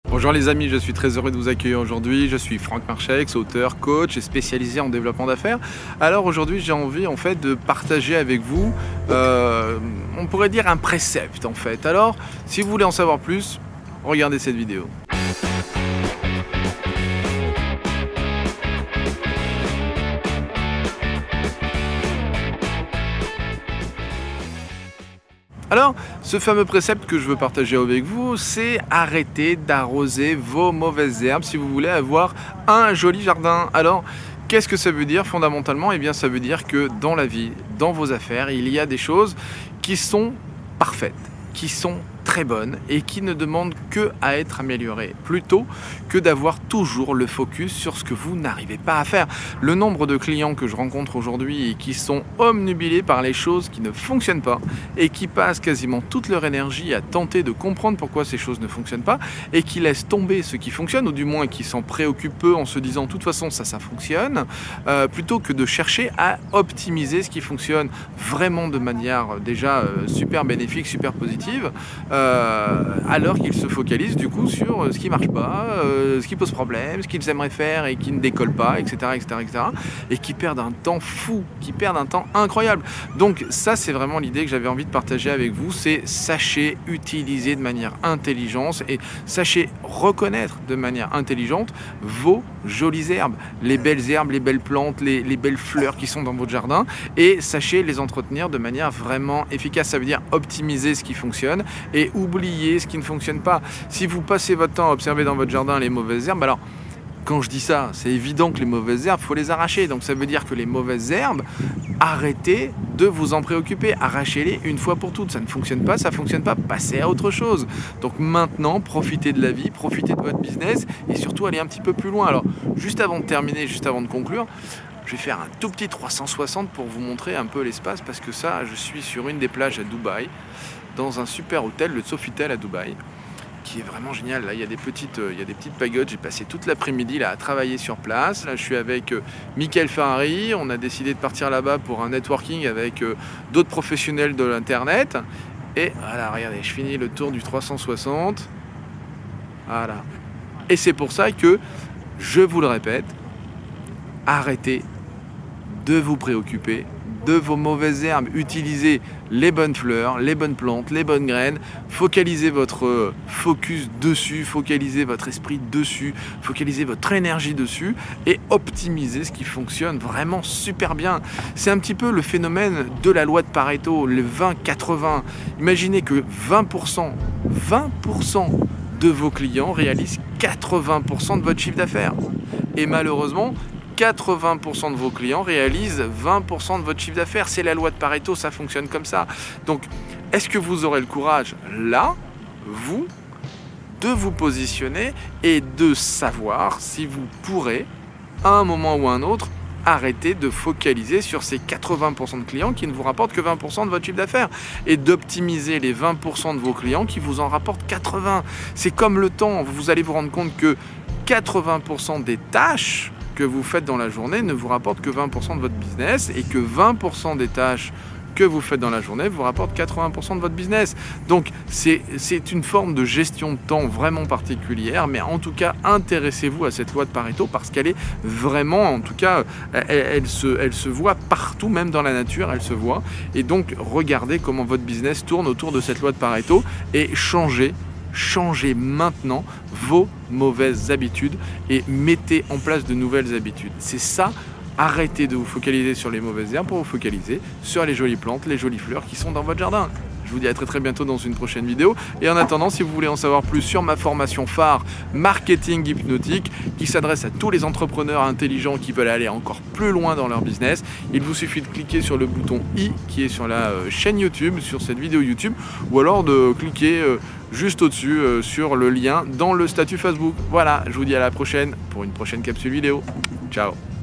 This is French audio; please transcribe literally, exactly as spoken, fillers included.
Bonjour les amis, je suis très heureux de vous accueillir aujourd'hui. Je suis Franck Marchex, auteur, coach et spécialisé en développement d'affaires. Alors aujourd'hui, j'ai envie en fait de partager avec vous, euh, on pourrait dire un précepte en fait. Alors, si vous voulez en savoir plus, regardez cette vidéo. Alors, ce fameux précepte que je veux partager avec vous, c'est arrêter d'arroser vos mauvaises herbes si vous voulez avoir un joli jardin. Alors, qu'est-ce que ça veut dire fondamentalement? Eh bien, ça veut dire que dans la vie, dans vos affaires, il y a des choses qui sont parfaites, qui sont très bonnes et qui ne demandent que à être améliorées, plutôt que d'avoir toujours le focus sur ce que vous n'arrivez pas à faire. Le nombre de clients que je rencontre aujourd'hui et qui sont omnubilés par les choses qui ne fonctionnent pas et qui passent quasiment toute leur énergie à tenter de comprendre pourquoi ces choses ne fonctionnent pas et qui laissent tomber ce qui fonctionne, ou du moins qui s'en préoccupent peu en se disant de toute façon ça ça fonctionne, euh, plutôt que de chercher à optimiser ce qui fonctionne vraiment de manière déjà euh, super bénéfique, super positive. Euh, alors qu'ils se focalisent du coup sur ce qui marche pas, euh, ce qui pose problème, ce qu'ils aimeraient faire et qui ne décolle pas, et cetera, et cetera, et cetera, et qui perdent un temps fou, qui perdent un temps incroyable. Donc ça, c'est vraiment l'idée que j'avais envie de partager avec vous, c'est sachez utiliser de manière intelligente et sachez reconnaître de manière intelligente vos jolies herbes, les belles herbes, les belles plantes, les, les belles fleurs qui sont dans votre jardin, et sachez les entretenir de manière vraiment efficace. Ça veut dire optimiser ce qui fonctionne et oubliez ce qui ne fonctionne pas. Si vous passez votre temps à observer dans votre jardin les mauvaises herbes, alors quand je dis ça, c'est évident que les mauvaises herbes, il faut les arracher. Donc ça veut dire que les mauvaises herbes, arrêtez de vous en préoccuper, arrachez-les une fois pour toutes. Ça ne fonctionne pas, ça ne fonctionne pas, passez à autre chose. Donc maintenant, profitez de la vie, profitez de votre business et surtout allez un petit peu plus loin. Alors juste avant de terminer, juste avant de conclure, je vais faire un tout petit trois cent soixante pour vous montrer un peu l'espace, parce que ça, je suis sur une des plages à Dubaï, dans un super hôtel, le Sofitel à Dubaï, qui est vraiment génial. Là, il y a des petites, euh, il y a des petites pagodes. J'ai passé toute l'après-midi là à travailler sur place. Là, je suis avec euh, Michael Ferrari. On a décidé de partir là-bas pour un networking avec euh, d'autres professionnels de l'internet. Et voilà, regardez, je finis le tour du trois cent soixante. Voilà. Et c'est pour ça que je vous le répète, arrêtez de vous préoccuper de vos mauvaises herbes, utilisez les bonnes fleurs, les bonnes plantes, les bonnes graines, focalisez votre focus dessus, focalisez votre esprit dessus, focalisez votre énergie dessus et optimisez ce qui fonctionne vraiment super bien. C'est un petit peu le phénomène de la loi de Pareto, le vingt quatre-vingts. Imaginez que vingt pour cent, vingt pour cent de vos clients réalisent quatre-vingts pour cent de votre chiffre d'affaires. Et malheureusement, quatre-vingts pour cent de vos clients réalisent vingt pour cent de votre chiffre d'affaires. C'est la loi de Pareto, ça fonctionne comme ça. Donc, est-ce que vous aurez le courage, là, vous, de vous positionner et de savoir si vous pourrez, à un moment ou à un autre, arrêter de focaliser sur ces quatre-vingts pour cent de clients qui ne vous rapportent que vingt pour cent de votre chiffre d'affaires et d'optimiser les vingt pour cent de vos clients qui vous en rapportent quatre-vingts. C'est comme le temps, vous allez vous rendre compte que quatre-vingts pour cent des tâches que vous faites dans la journée ne vous rapportent que vingt pour cent de votre business et que vingt pour cent des tâches que vous faites dans la journée vous rapportent quatre-vingts pour cent de votre business. Donc c'est, c'est une forme de gestion de temps vraiment particulière, mais en tout cas intéressez-vous à cette loi de Pareto parce qu'elle est vraiment, en tout cas, elle, elle, se, elle se voit partout, même dans la nature, elle se voit. Et donc regardez comment votre business tourne autour de cette loi de Pareto et changez Changez maintenant vos mauvaises habitudes et mettez en place de nouvelles habitudes. C'est ça, arrêtez de vous focaliser sur les mauvaises herbes pour vous focaliser sur les jolies plantes, les jolies fleurs qui sont dans votre jardin. Je vous dis à très très bientôt dans une prochaine vidéo. Et en attendant, si vous voulez en savoir plus sur ma formation phare Marketing Hypnotique, qui s'adresse à tous les entrepreneurs intelligents qui veulent aller encore plus loin dans leur business, il vous suffit de cliquer sur le bouton i qui est sur la chaîne YouTube, sur cette vidéo YouTube, ou alors de cliquer juste au-dessus sur le lien dans le statut Facebook. Voilà, je vous dis à la prochaine pour une prochaine capsule vidéo. Ciao.